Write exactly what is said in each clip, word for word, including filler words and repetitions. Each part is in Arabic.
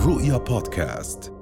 رؤيا بودكاست،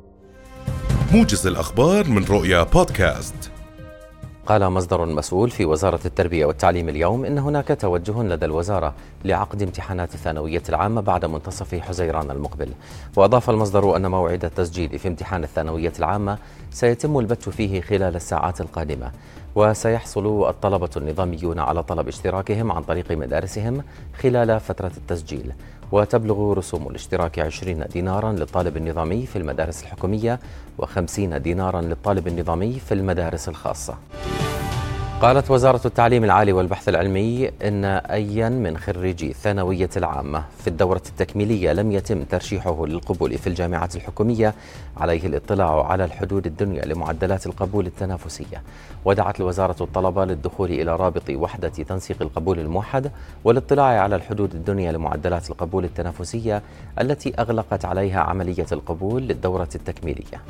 موجز الأخبار من رؤيا بودكاست. قال مصدر مسؤول في وزارة التربية والتعليم اليوم إن هناك توجه لدى الوزارة لعقد امتحانات الثانوية العامة بعد منتصف حزيران المقبل. وأضاف المصدر أن موعد التسجيل في امتحان الثانوية العامة سيتم البت فيه خلال الساعات القادمة، وسيحصل الطلبة النظاميون على طلب اشتراكهم عن طريق مدارسهم خلال فترة التسجيل، وتبلغ رسوم الاشتراك عشرين دينارا للطالب النظامي في المدارس الحكومية وخمسين دينارا للطالب النظامي في المدارس الخاصة. قالت وزارة التعليم العالي والبحث العلمي إن أيا من خريجي الثانوية العامة في الدورة التكميلية لم يتم ترشيحه للقبول في الجامعة الحكومية عليه الاطلاع على الحدود الدنيا لمعدلات القبول التنافسية. ودعت الوزارة الطلبة للدخول إلى رابط وحدة تنسيق القبول الموحد والاطلاع على الحدود الدنيا لمعدلات القبول التنافسية التي أغلقت عليها عملية القبول للدورة التكميلية.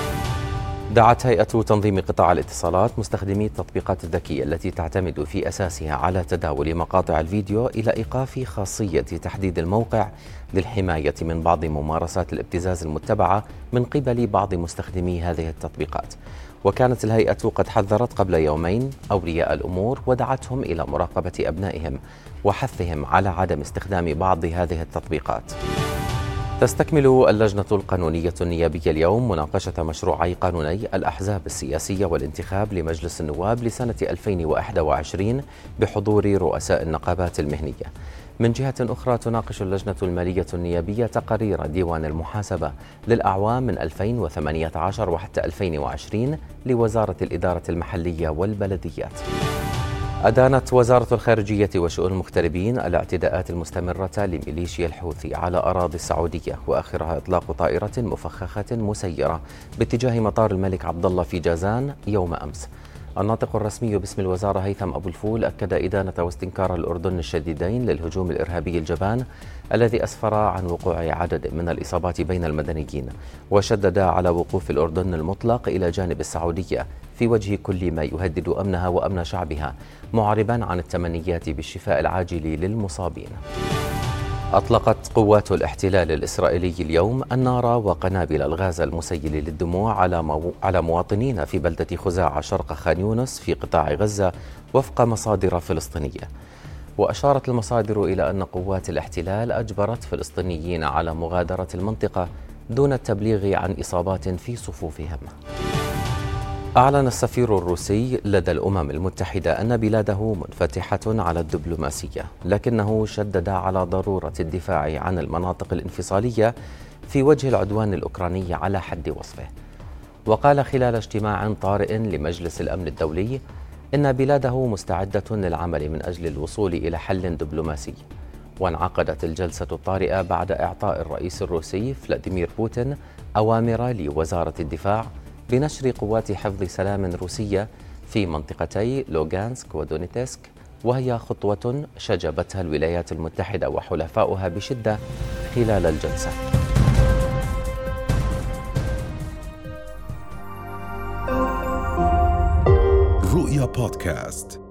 دعت هيئة تنظيم قطاع الاتصالات مستخدمي التطبيقات الذكية التي تعتمد في أساسها على تداول مقاطع الفيديو إلى إيقاف خاصية تحديد الموقع للحماية من بعض ممارسات الابتزاز المتبعة من قبل بعض مستخدمي هذه التطبيقات. وكانت الهيئة قد حذرت قبل يومين أولياء الأمور ودعتهم إلى مراقبة أبنائهم وحثهم على عدم استخدام بعض هذه التطبيقات. تستكمل اللجنة القانونية النيابية اليوم مناقشة مشروعي قانوني الأحزاب السياسية والانتخاب لمجلس النواب لسنة ألفين وإحدى وعشرين بحضور رؤساء النقابات المهنية. من جهة أخرى تناقش اللجنة المالية النيابية تقارير ديوان المحاسبة للأعوام من ألفين وثمانية عشر وحتى ألفين وعشرين لوزارة الإدارة المحلية والبلديات. أدانت وزارة الخارجية وشؤون المغتربين الاعتداءات المستمرة لميليشيا الحوثي على أراضي السعودية، وآخرها إطلاق طائرة مفخخة مسيرة باتجاه مطار الملك عبدالله في جازان يوم أمس. الناطق الرسمي باسم الوزارة هيثم أبو الفول أكد إدانة واستنكار الأردن الشديدين للهجوم الإرهابي الجبان الذي أسفر عن وقوع عدد من الإصابات بين المدنيين، وشدد على وقوف الأردن المطلق إلى جانب السعودية في وجه كل ما يهدد أمنها وأمن شعبها، معربا عن التمنيات بالشفاء العاجل للمصابين. أطلقت قوات الاحتلال الإسرائيلي اليوم النار وقنابل الغاز المسيل للدموع على مو... على مواطنين في بلدة خزاعة شرق خان يونس في قطاع غزة وفق مصادر فلسطينية. وأشارت المصادر إلى أن قوات الاحتلال أجبرت فلسطينيين على مغادرة المنطقة دون التبليغ عن إصابات في صفوفهم. أعلن السفير الروسي لدى الأمم المتحدة أن بلاده منفتحة على الدبلوماسية، لكنه شدد على ضرورة الدفاع عن المناطق الانفصالية في وجه العدوان الأوكراني على حد وصفه. وقال خلال اجتماع طارئ لمجلس الأمن الدولي إن بلاده مستعدة للعمل من أجل الوصول إلى حل دبلوماسي. وانعقدت الجلسة الطارئة بعد إعطاء الرئيس الروسي فلاديمير بوتين أوامر لوزارة الدفاع بنشر قوات حفظ سلام روسية في منطقتي لوغانسك ودونيتسك، وهي خطوة شجبتها الولايات المتحدة وحلفاؤها بشدة خلال الجلسة. رؤيا بودكاست.